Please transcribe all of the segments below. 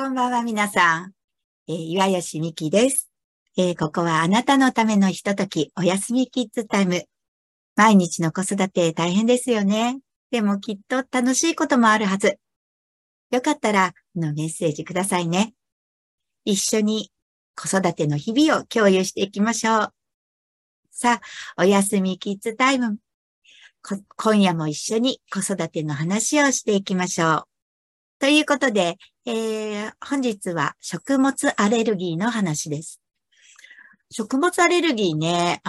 こんばんは、皆さん。岩吉美希です。ここはあなたのためのひととき、おやすみキッズタイム。毎日の子育て大変ですよね。でもきっと楽しいこともあるはず。よかったら、メッセージくださいね。一緒に子育ての日々を共有していきましょう。さあ、おやすみキッズタイム。今夜も一緒に子育ての話をしていきましょう。ということで、本日は食物アレルギーの話です。食物アレルギーね、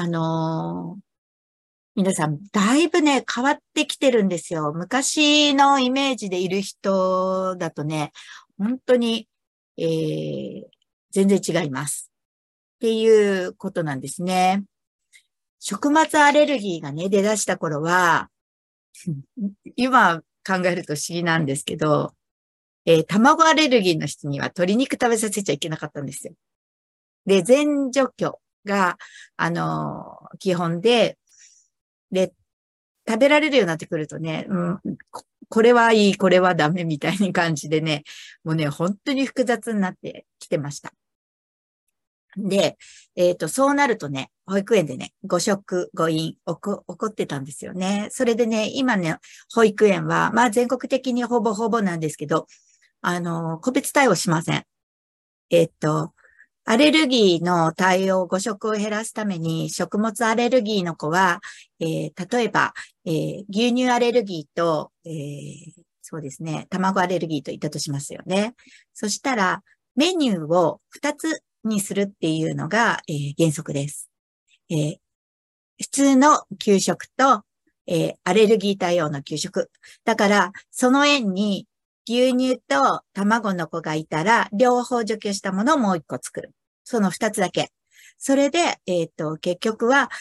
皆さん、だいぶね、変わってきてるんですよ。昔のイメージでいる人だとね、本当に、全然違います。っていうことなんですね。食物アレルギーがね、出だした頃は、今考えると不思議なんですけど、卵アレルギーの人には鶏肉食べさせちゃいけなかったんですよ。で、全除去が、基本で、食べられるようになってくるとね、これはいい、これはダメみたいな感じでね、もうね、本当に複雑になってきてました。で、そうなるとね、保育園でね、誤食、誤飲、起こってたんですよね。それでね、今ね、保育園は、まあ全国的にほぼほぼなんですけど、個別対応しません。アレルギーの対応、誤食を減らすために、食物アレルギーの子は、例えば、牛乳アレルギーと、そうですね、卵アレルギーといったとしますよね。そしたら、メニューを2つにするっていうのが、原則です。普通の給食と、アレルギー対応の給食。だから、その園に牛乳と卵の子がいたら、両方除去したものをもう一個作る。その二つだけ。それで、結局は、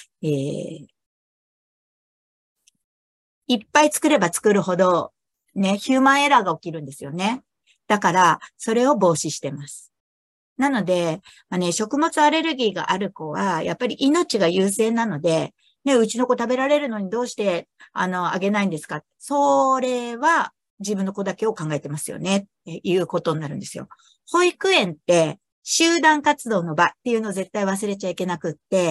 いっぱい作れば作るほど、ね、ヒューマンエラーが起きるんですよね。だから、それを防止してます。なので、食物アレルギーがある子は、やっぱり命が優先なので、ね、うちの子食べられるのにどうして、あげないんですか？それは自分の子だけを考えてますよね、っていうことになるんですよ。保育園って、集団活動の場っていうのを絶対忘れちゃいけなくって、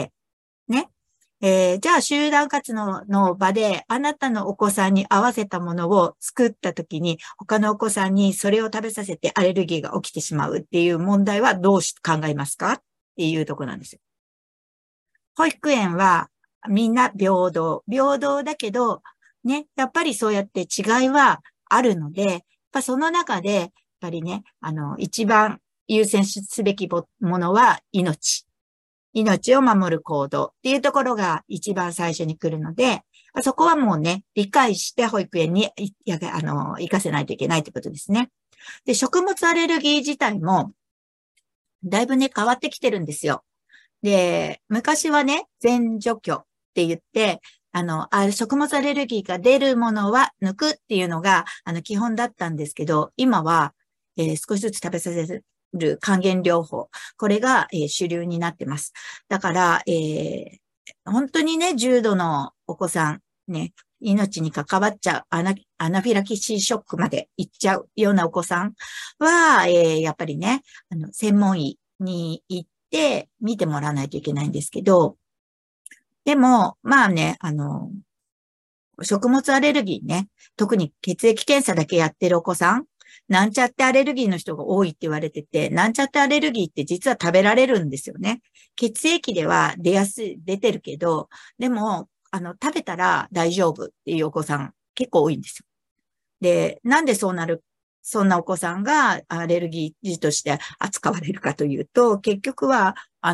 ね。じゃあ集団活動の場であなたのお子さんに合わせたものを作ったときに他のお子さんにそれを食べさせてアレルギーが起きてしまうっていう問題はどう考えますかっていうところなんですよ。保育園はみんな平等。平等だけど、ね、やっぱりそうやって違いはあるので、やっぱその中で、やっぱりね、一番優先すべきものは命。命を守る行動っていうところが一番最初に来るので、そこはもうね、理解して保育園に行かせないといけないってことですね。で、食物アレルギー自体も、だいぶね、変わってきてるんですよ。で、昔はね、全除去って言って、食物アレルギーが出るものは抜くっていうのが、基本だったんですけど、今は、少しずつ食べさせる還元療法。これが、主流になってます。だから、本当にね、重度のお子さん、ね、命に関わっちゃう、アナフィラキシーショックまで行っちゃうようなお子さんは、やっぱりね、専門医に行って見てもらわないといけないんですけど、でも、まあね、食物アレルギーね、特に血液検査だけやってるお子さん、なんちゃってアレルギーの人が多いって言われてて、なんちゃってアレルギーって実は食べられるんですよね。血液では出てるけど、でも、食べたら大丈夫っていうお子さん結構多いんですよ。で、なんでそんなお子さんがアレルギーとして扱われるかというと、結局は、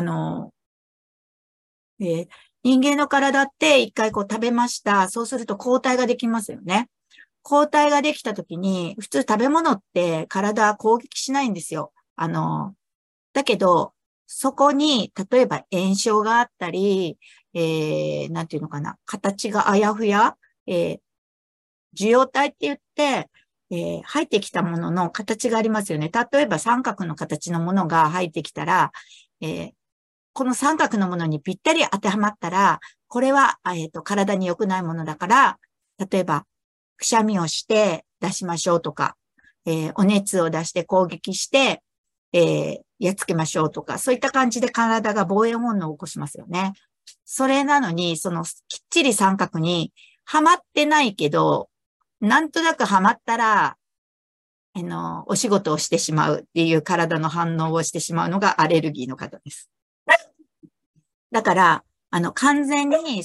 えー人間の体って一回こう食べました。そうすると抗体ができますよね。抗体ができたときに、普通食べ物って体は攻撃しないんですよ。だけど、そこに、例えば炎症があったり、なんていうのかな、形があやふや、受容体って言って、入ってきたものの形がありますよね。例えば三角の形のものが入ってきたら、この三角のものにぴったり当てはまったら、これは、体に良くないものだから、例えば、くしゃみをして出しましょうとか、 お熱を出して攻撃して、やっつけましょうとか、そういった感じで体が防衛本能を起こしますよね。それなのに、きっちり三角にはまってないけど、なんとなくはまったら、お仕事をしてしまうっていう体の反応をしてしまうのがアレルギーの方です。だから、完全に、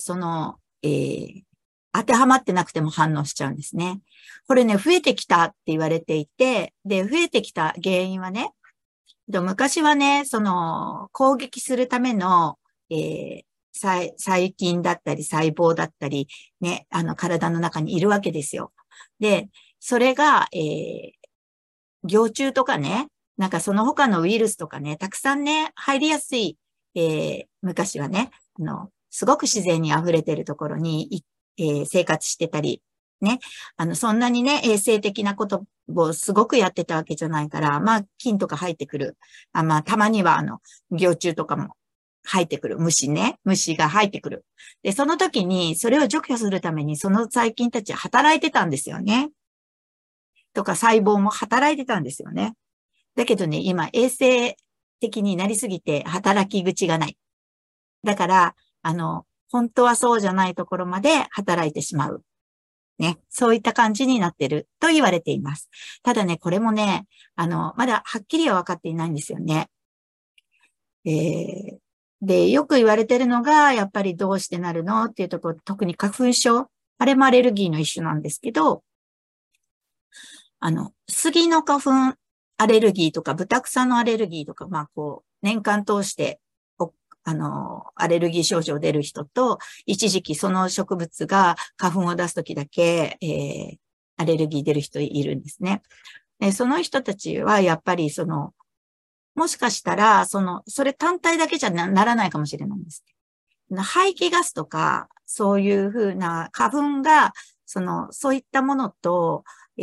当てはまってなくても反応しちゃうんですね。これね、増えてきたって言われていて、で、増えてきた原因はね、昔はね、攻撃するための、細菌だったり細胞だったり、ね、体の中にいるわけですよ。で、それが、蟯虫とかね、なんかその他のウイルスとかね、たくさんね、入りやすい、昔はね、すごく自然に溢れているところに、生活してたり、ね、そんなにね、衛生的なことをすごくやってたわけじゃないから、まあ、菌とか入ってくる。まあ、たまには蟯虫とかも入ってくる。虫が入ってくる。で、その時に、それを除去するために、その細菌たちは働いてたんですよね。とか細胞も働いてたんですよね。だけどね、今衛生的になりすぎて働き口がない。だから、本当はそうじゃないところまで働いてしまう。ね。そういった感じになってると言われています。ただね、これもね、まだはっきりは分かっていないんですよね。で、よく言われてるのが、やっぱりどうしてなるのっていうところ、特に花粉症。あれもアレルギーの一種なんですけど、杉の花粉アレルギーとか、ブタクサのアレルギーとか、まあ、年間通して、アレルギー症状出る人と、一時期その植物が花粉を出すときだけ、アレルギー出る人いるんですね。その人たちは、やっぱりもしかしたら、それ単体だけじゃならないかもしれないんです。排気ガスとか、そういうふうな花粉が、そういったものと、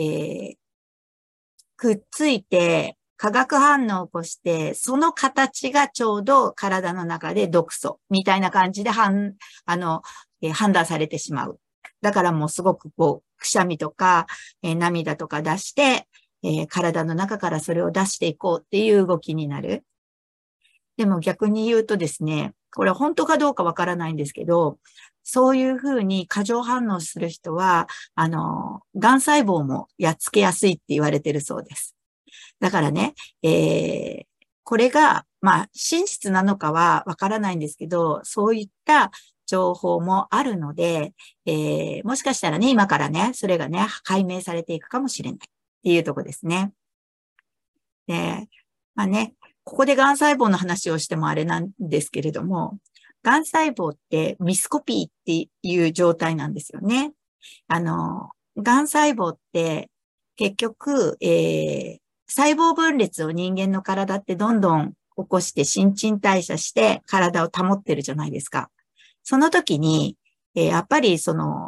くっついて、化学反応を起こして、その形がちょうど体の中で毒素みたいな感じで判断されてしまう。だからもうすごくくしゃみとか、涙とか出して、体の中からそれを出していこうっていう動きになる。でも逆に言うとですね、これ本当かどうかわからないんですけど、そういうふうに過剰反応する人は、癌細胞もやっつけやすいって言われてるそうです。だからね、これが、まあ、真実なのかはわからないんですけど、そういった情報もあるので、もしかしたらね、今からね、それがね、解明されていくかもしれないっていうところですね。で、まあね、ここで癌細胞の話をしてもあれなんですけれども、癌細胞ってミスコピーっていう状態なんですよね。癌細胞って結局、細胞分裂を人間の体ってどんどん起こして新陳代謝して体を保ってるじゃないですか。その時に、やっぱり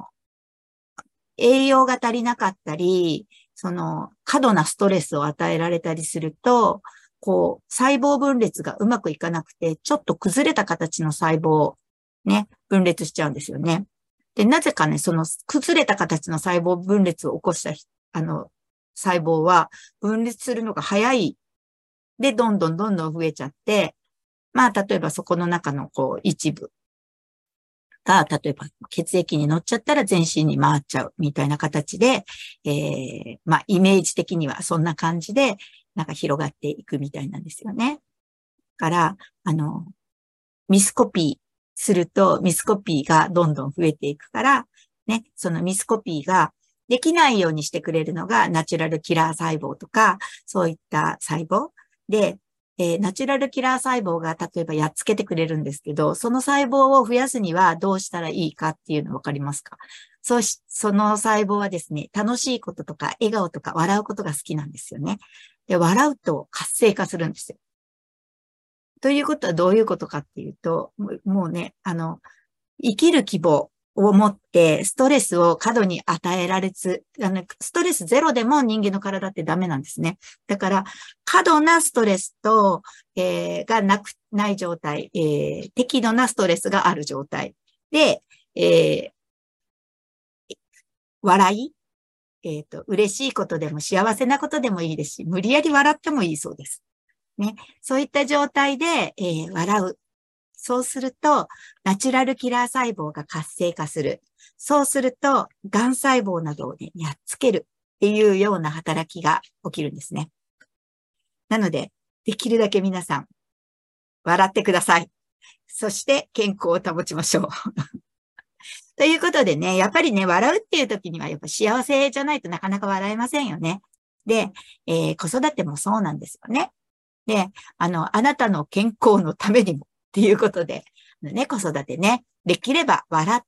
栄養が足りなかったり、過度なストレスを与えられたりすると、細胞分裂がうまくいかなくて、ちょっと崩れた形の細胞をね、分裂しちゃうんですよね。で、なぜかね、崩れた形の細胞分裂を起こした、細胞は分裂するのが早い。で、どんどん増えちゃって、まあ、例えばそこの中の一部が、例えば血液に乗っちゃったら全身に回っちゃうみたいな形で、まあ、イメージ的にはそんな感じで、なんか広がっていくみたいなんですよね。だから、ミスコピーすると、ミスコピーがどんどん増えていくから、ね、そのミスコピーができないようにしてくれるのがナチュラルキラー細胞とか、そういった細胞で、ナチュラルキラー細胞が例えばやっつけてくれるんですけど、その細胞を増やすにはどうしたらいいかっていうのわかりますか？その細胞はですね、楽しいこととか笑顔とか笑うことが好きなんですよね。で、笑うと活性化するんですよ。ということはどういうことかっていうと、もうね、生きる希望を持ってストレスを過度に与えられず、ストレスゼロでも人間の体ってダメなんですね。だから、過度なストレスと、がない状態、適度なストレスがある状態で、笑い、 嬉しいことでも幸せなことでもいいですし、無理やり笑ってもいいそうです。ね。そういった状態で、笑う。そうすると、ナチュラルキラー細胞が活性化する。そうすると、癌細胞などをね、やっつけるっていうような働きが起きるんですね。なので、できるだけ皆さん、笑ってください。そして健康を保ちましょう。ということでね、やっぱりね、笑うっていう時にはやっぱ幸せじゃないとなかなか笑えませんよね。で、子育てもそうなんですよね。で、あなたの健康のためにもっていうことで、ね、子育てね、できれば笑って、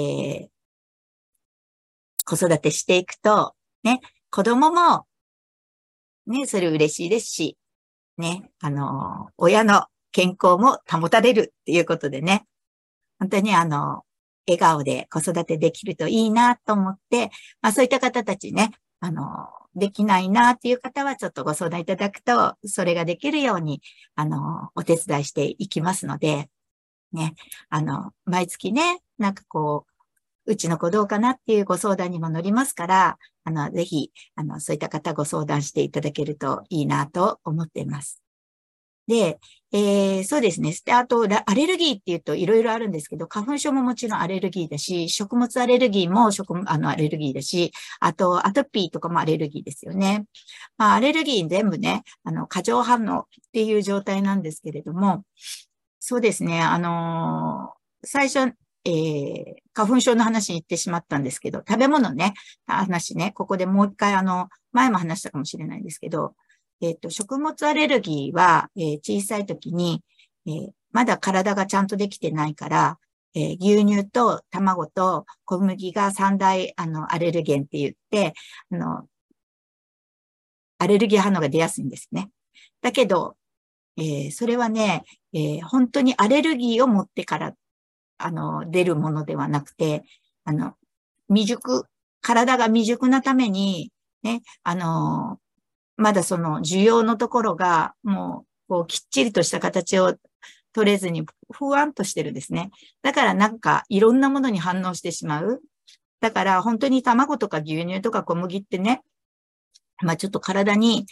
子育てしていくと、ね、子供も、ね、それ嬉しいですし、ね、親の健康も保たれるっていうことでね、本当に笑顔で子育てできるといいなと思って、まあそういった方たちね、できないなっていう方はちょっとご相談いただくと、それができるように、お手伝いしていきますので、ね、毎月ね、なんかこう、うちの子どうかなっていうご相談にも乗りますから、ぜひ、そういった方ご相談していただけるといいなと思っています。で、そうですね。で、あと、アレルギーっていうといろいろあるんですけど、花粉症ももちろんアレルギーだし、食物アレルギーもアレルギーだし、あと、アトピーとかもアレルギーですよね。まあ、アレルギー全部ね、過剰反応っていう状態なんですけれども、そうですね。最初、花粉症の話に行ってしまったんですけど、食べ物ね、話ね、ここでもう一回前も話したかもしれないんですけど、食物アレルギーは、小さい時に、まだ体がちゃんとできてないから、牛乳と卵と小麦が三大、アレルゲンって言って、アレルギー反応が出やすいんですね。だけど、それはね、本当にアレルギーを持ってから、出るものではなくて、未熟、体が未熟なために、ね、まだその需要のところが、もう、こう、きっちりとした形を取れずに、ふわんとしてるんですね。だからなんか、いろんなものに反応してしまう。だから、本当に卵とか牛乳とか小麦ってね、まあちょっと体に、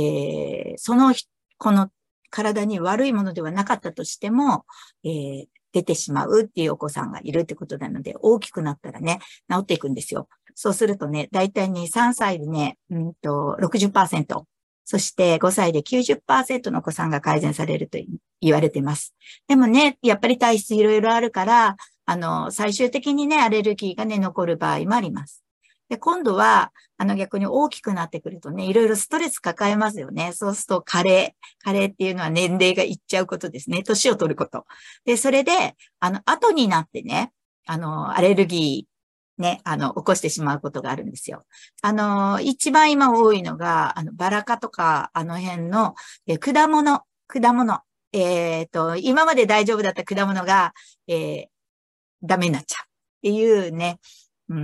この体に悪いものではなかったとしても、出てしまうっていうお子さんがいるってことなので、大きくなったらね、治っていくんですよ。そうするとね、だいたいね、3歳でね、60%、そして5歳で90%のお子さんが改善されると言われています。でもね、やっぱり体質いろいろあるから、最終的にね、アレルギーがね、残る場合もあります。で、今度は、逆に大きくなってくるとね、いろいろストレス抱えますよね。そうすると、加齢っていうのは年齢がいっちゃうことですね。年を取ること。で、それで、後になってね、アレルギー、ね、起こしてしまうことがあるんですよ。一番今多いのが、バラ科とか、辺の、果物。今まで大丈夫だった果物が、ダメになっちゃうっていうね、うん、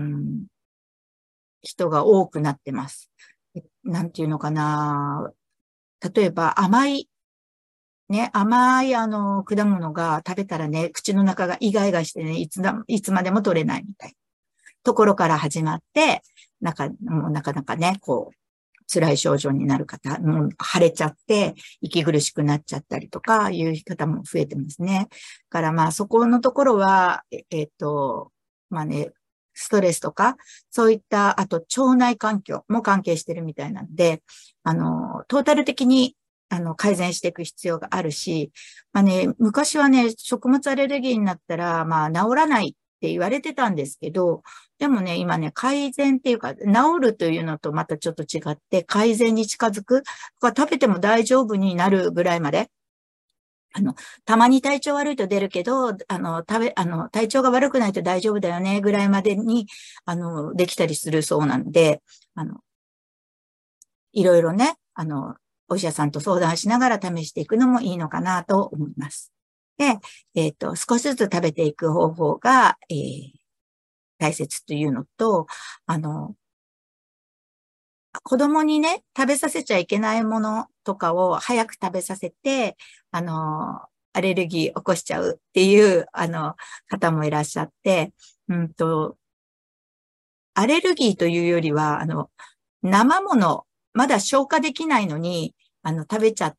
人が多くなってます。なんていうのかな。例えば甘い果物が食べたらね、口の中がイガイガしてね、いつまでも取れないみたいなところから始まって、もうなかなかね、こう、辛い症状になる方、もう腫れちゃって、息苦しくなっちゃったりとかいう方も増えてますね。だからまあそこのところは、まあね、ストレスとか、そういった、あと腸内環境も関係してるみたいなので、トータル的に、改善していく必要があるし、まあね、昔はね、食物アレルギーになったら、まあ治らないって言われてたんですけど、でもね、今ね、改善っていうか、治るというのとまたちょっと違って、改善に近づく、食べても大丈夫になるぐらいまで、たまに体調悪いと出るけど、体調が悪くないと大丈夫だよね、ぐらいまでに、できたりするそうなので、いろいろね、お医者さんと相談しながら試していくのもいいのかなと思います。で、少しずつ食べていく方法が、大切というのと、子供にね、食べさせちゃいけないものとかを早く食べさせて、アレルギー起こしちゃうっていう、方もいらっしゃって、 アレルギーというよりは、生もの、まだ消化できないのに、食べちゃって、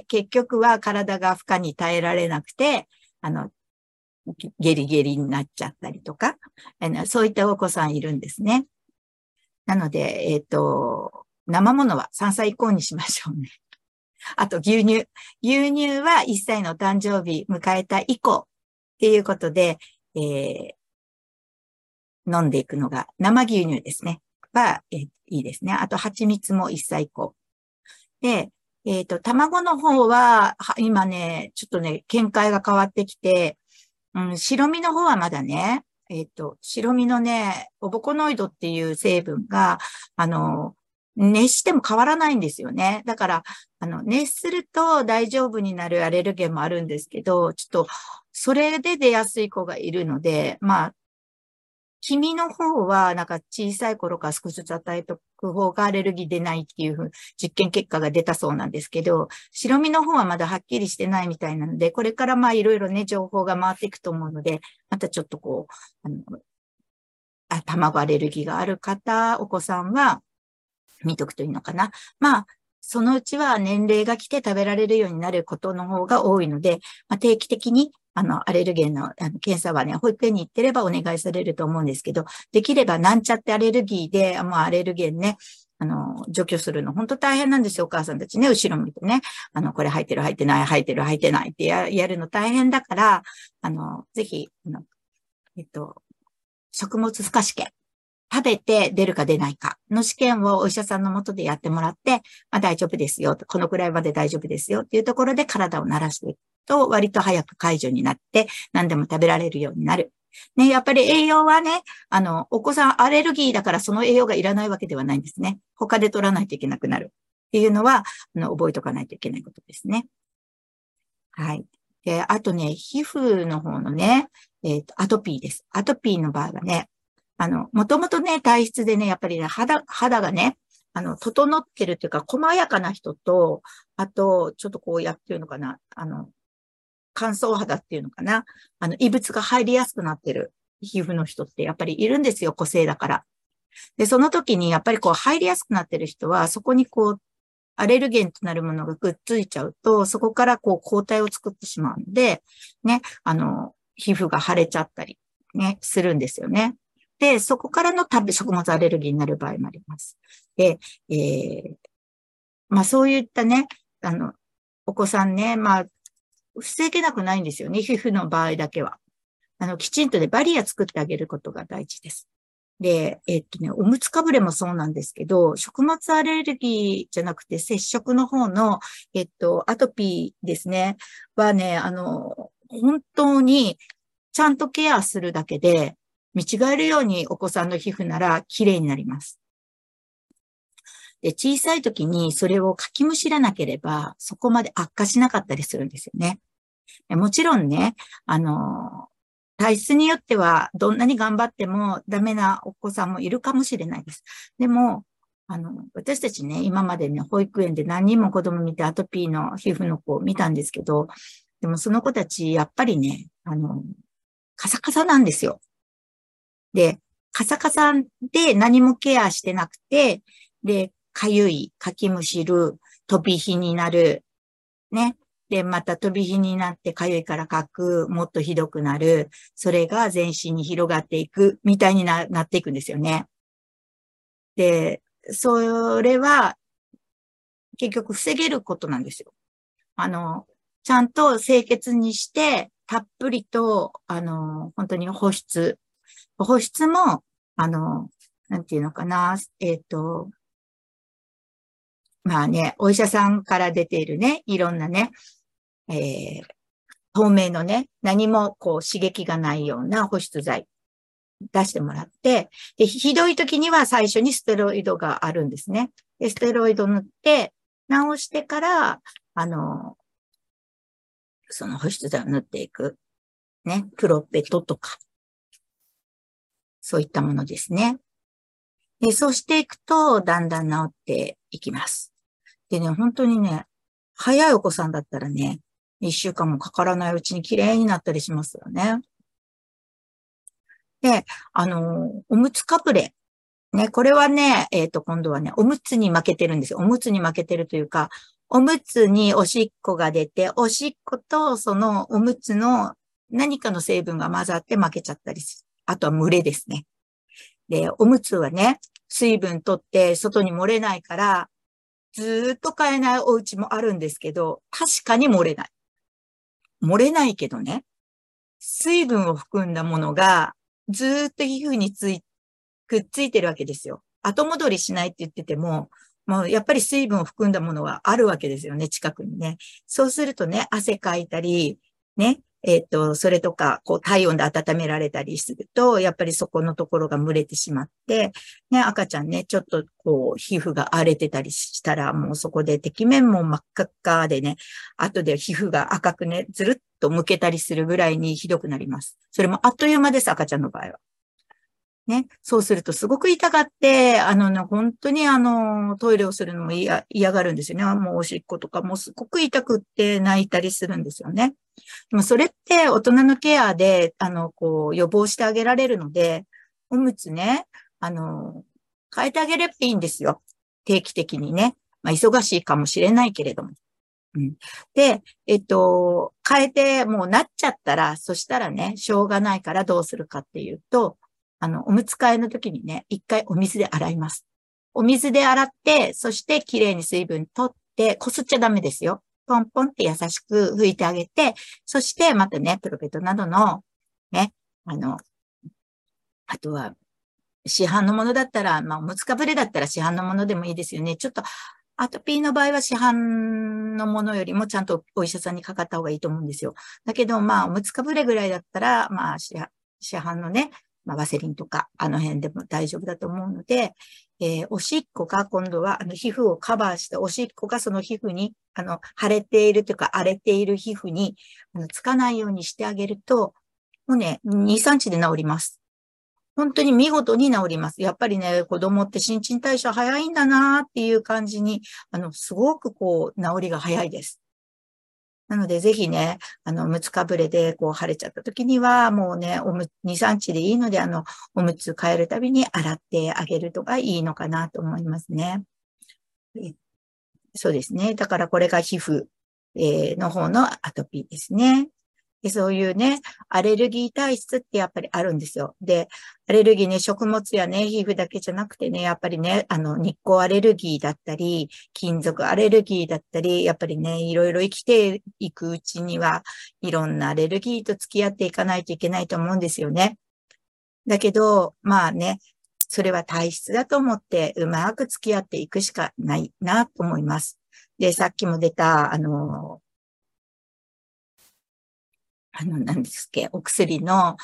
結局は体が負荷に耐えられなくて、ゲリゲリになっちゃったりとか、そういったお子さんいるんですね。なので、生ものは3歳以降にしましょうね。あと牛乳。牛乳は1歳の誕生日迎えた以降っていうことで、飲んでいくのが生牛乳ですね。いいですね。あと蜂蜜も1歳以降。で、卵の方は、今ね、ちょっとね、見解が変わってきて、白身の方はまだね、白身のね、オボコノイドっていう成分が、熱しても変わらないんですよね。だから、熱すると大丈夫になるアレルゲンもあるんですけど、ちょっと、それで出やすい子がいるので、まあ、黄身の方は、なんか小さい頃から少しずつ与えとく方がアレルギー出ないっていう実験結果が出たそうなんですけど、白身の方はまだはっきりしてないみたいなので、これからまあいろいろね、情報が回っていくと思うので、またちょっとこう、卵アレルギーがある方、お子さんは見とくといいのかな。まあ、そのうちは年齢が来て食べられるようになることの方が多いので、まあ、定期的にアレルゲンの検査はね、保育園に行ってればお願いされると思うんですけど、できればなんちゃってアレルギーで、もうアレルゲンね、除去するの本当大変なんですよ、お母さんたちね、後ろ向いてね。これ入ってる入ってない、入ってる入ってないってやるの大変だから、ぜひ、食物負荷試験。食べて出るか出ないかの試験をお医者さんのもとでやってもらって、まあ大丈夫ですよ。このくらいまで大丈夫ですよっていうところで体を慣らしていくと割と早く解除になって何でも食べられるようになる。ね、やっぱり栄養はね、お子さんアレルギーだからその栄養がいらないわけではないんですね。他で取らないといけなくなるっていうのは、覚えとかないといけないことですね。はい。で、あとね、皮膚の方のね、アトピーです。アトピーの場合はね、もともとね、体質でね、やっぱりね、肌がね、整ってるっていうか、細やかな人と、あと、ちょっとこうやってるのかな、乾燥肌っていうのかな、異物が入りやすくなってる皮膚の人ってやっぱりいるんですよ、個性だから。で、その時にやっぱりこう入りやすくなってる人は、そこにこう、アレルゲンとなるものがくっついちゃうと、そこからこう抗体を作ってしまうので、ね、皮膚が腫れちゃったり、ね、するんですよね。で、そこからの食物アレルギーになる場合もあります。で、まあそういったね、お子さんね、まあ、防げなくないんですよね、皮膚の場合だけは。きちんとね、バリア作ってあげることが大事です。で、おむつかぶれもそうなんですけど、食物アレルギーじゃなくて接触の方の、アトピーですね、はね、本当にちゃんとケアするだけで、見違えるようにお子さんの皮膚なら綺麗になります。で、小さい時にそれをかきむしらなければ、そこまで悪化しなかったりするんですよね。もちろんね、体質によってはどんなに頑張ってもダメなお子さんもいるかもしれないです。でも、私たちね、今までね、保育園で何人も子供見てアトピーの皮膚の子を見たんですけど、でもその子たち、やっぱりね、カサカサなんですよ。で、カサカサで何もケアしてなくて、で、かゆい、かきむしる、飛び火になる、ね。で、また飛び火になってかゆいからかく、もっとひどくなる。それが全身に広がっていく、みたいになっていくんですよね。で、それは結局防げることなんですよ。ちゃんと清潔にして、たっぷりと、本当に保湿。保湿も、なんていうのかな、まあね、お医者さんから出ているね、いろんなね、透明のね、何もこう刺激がないような保湿剤出してもらって、で、ひどい時には最初にステロイドがあるんですね。で、ステロイド塗って、治してから、その保湿剤を塗っていく。ね、プロペトとか、そういったものですね。で、そうしていくと、だんだん治っていきます。でね、本当にね、早いお子さんだったらね、1週間もかからないうちに綺麗になったりしますよね。で、おむつかぶれ。 ね、これはね、今度はね、おむつに負けてるんですよ。おむつに負けてるというか、おむつにおしっこが出て、おしっことそのおむつの何かの成分が混ざって負けちゃったりする。あとは蒸れですね。で、おむつはね、水分取って外に漏れないから、ずーっと買えないお家もあるんですけど、確かに漏れない。漏れないけどね、水分を含んだものがずーっと皮膚にくっついてるわけですよ。後戻りしないって言ってても、もうやっぱり水分を含んだものはあるわけですよね、近くにね。そうするとね、汗かいたり、ね、それとか、こう体温で温められたりすると、やっぱりそこのところが蒸れてしまって、ね、赤ちゃんね、ちょっとこう、皮膚が荒れてたりしたら、もうそこでてきめんも真っ赤っかでね、後で皮膚が赤くね、ずるっと剥けたりするぐらいにひどくなります。それもあっという間です、赤ちゃんの場合は。ね。そうするとすごく痛がって、本当にトイレをするのも嫌がるんですよね。もうおしっことかもうすごく痛くって泣いたりするんですよね。でもそれって大人のケアで、こう予防してあげられるので、おむつね、変えてあげればいいんですよ。定期的にね。まあ、忙しいかもしれないけれども。うん、で、変えてもうなっちゃったら、そしたらね、しょうがないからどうするかっていうと、おむつ替えの時にね、一回お水で洗います。お水で洗って、そしてきれいに水分取って、こすっちゃダメですよ。ポンポンって優しく拭いてあげて、そしてまたね、プロペットなどの、ね、あとは、市販のものだったら、まあ、おむつかぶれだったら市販のものでもいいですよね。ちょっと、アトピーの場合は市販のものよりもちゃんとお医者さんにかかった方がいいと思うんですよ。だけど、まあ、おむつかぶれぐらいだったら、まあ、市販のね、まあ、ワセリンとか、あの辺でも大丈夫だと思うので、おしっこが今度は、皮膚をカバーして、おしっこがその皮膚に、腫れているというか、荒れている皮膚に、つかないようにしてあげると、もうね、2、3日で治ります。本当に見事に治ります。やっぱりね、子供って新陳代謝早いんだなっていう感じに、すごくこう、治りが早いです。なので、ぜひね、むつかぶれで、こう、腫れちゃった時には、もうね、2、3日でいいので、おむつ変えるたびに洗ってあげるとかいいのかなと思いますね。そうですね。だからこれが皮膚、の方のアトピーですね。で、そういうね、アレルギー体質ってやっぱりあるんですよ。で、アレルギーね、食物やね、皮膚だけじゃなくてね、やっぱりね、日光アレルギーだったり、金属アレルギーだったり、やっぱりね、いろいろ生きていくうちには、いろんなアレルギーと付き合っていかないといけないと思うんですよね。だけど、まあね、それは体質だと思って、うまく付き合っていくしかないなと思います。で、さっきも出た、何ですっけ、お薬の、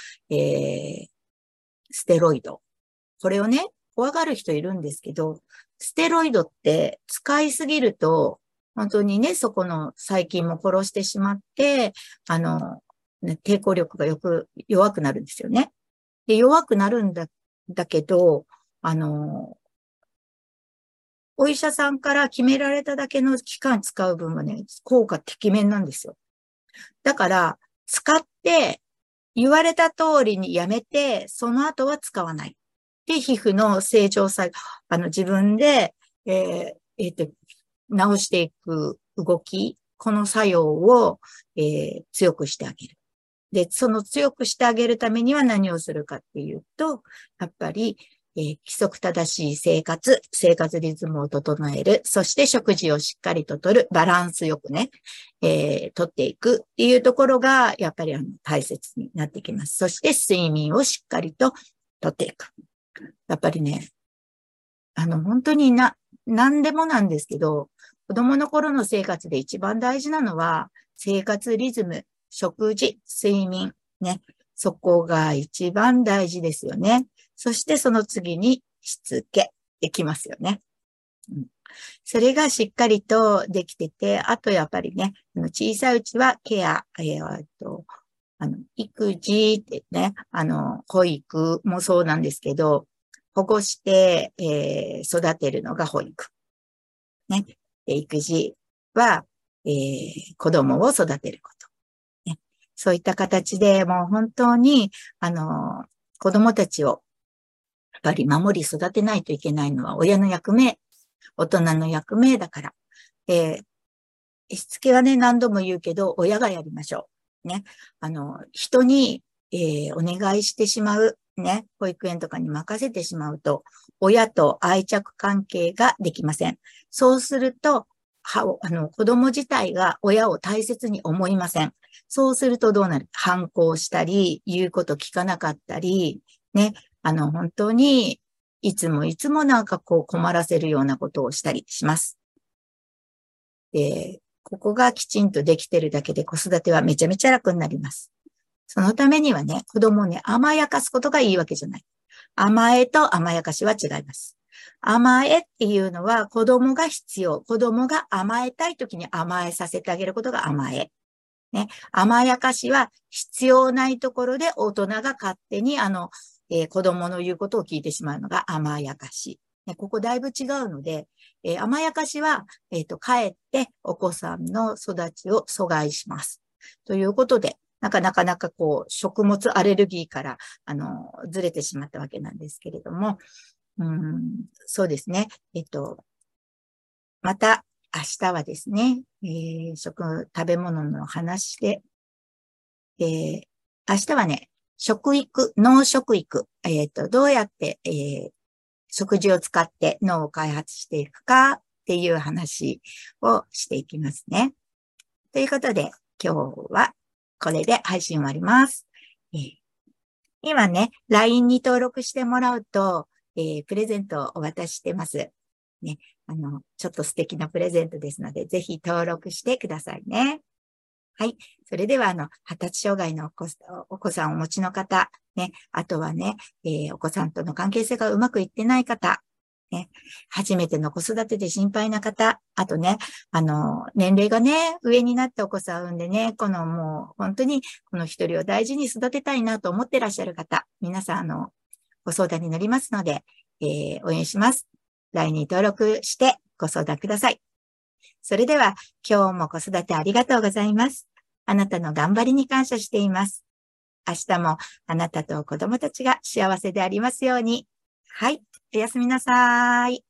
ステロイド。これをね、怖がる人いるんですけど、ステロイドって使いすぎると、本当にね、そこの細菌も殺してしまって、抵抗力が弱くなるんですよね。で、弱くなるだけど、お医者さんから決められただけの期間使う分はね、効果てきめんなんですよ。だから、使って言われた通りにやめて、その後は使わない。で、皮膚の正常さ、自分で、直していく動き、この作用を、強くしてあげる。で、その強くしてあげるためには何をするかっていうと、やっぱり、規則正しい生活リズムを整える、そして食事をしっかりととる、バランスよくね、とっていくっていうところが、やっぱり大切になってきます。そして睡眠をしっかりととっていく。やっぱりね、本当に何でもなんですけど、子供の頃の生活で一番大事なのは、生活リズム、食事、睡眠、ね。そこが一番大事ですよね。そしてその次にしつけできますよね。うん、それがしっかりとできてて、あとやっぱりね、小さいうちはケア、育児ってね、保育もそうなんですけど、保護して、育てるのが保育。ね。育児は、子供を育てること。ね。そういった形でもう本当に、子供たちをぱり守り育てないといけないのは親の役目、大人の役目だから。しつけはね、何度も言うけど、親がやりましょう。ね。人に、お願いしてしまう。ね。保育園とかに任せてしまうと、親と愛着関係ができません。そうすると、子供自体が親を大切に思いません。そうするとどうなる？反抗したり、言うこと聞かなかったり、ね。本当に、いつもなんかこう困らせるようなことをしたりします。ここがきちんとできてるだけで子育てはめちゃめちゃ楽になります。そのためにはね、子供をね、甘やかすことがいいわけじゃない。甘えと甘やかしは違います。甘えっていうのは子供が必要。子供が甘えたい時に甘えさせてあげることが甘え。ね。甘やかしは必要ないところで大人が勝手に子供の言うことを聞いてしまうのが甘やかし。ね、ここだいぶ違うので、甘やかしは、かえってお子さんの育ちを阻害します。ということで、なかなかこう、食物アレルギーから、ずれてしまったわけなんですけれども、そうですね。また、明日はですね、食べ物の話で、明日はね、食育、脳食育、どうやって、食事を使って脳を開発していくかっていう話をしていきますね。ということで、今日はこれで配信終わります。今ね、LINE に登録してもらうと、プレゼントをお渡ししてます。ね、ちょっと素敵なプレゼントですので、ぜひ登録してくださいね。はい。それでは、発達障害のお子さんをお持ちの方、ね、あとはね、お子さんとの関係性がうまくいってない方、ね、初めての子育てで心配な方、あとね、年齢がね、上になってお子さんを産んでね、もう、本当に、この一人を大事に育てたいなと思ってらっしゃる方、皆さん、ご相談に乗りますので、応援します。LINE に登録してご相談ください。それでは、今日も子育てありがとうございます。あなたの頑張りに感謝しています。明日もあなたと子供たちが幸せでありますように。はい。おやすみなさい。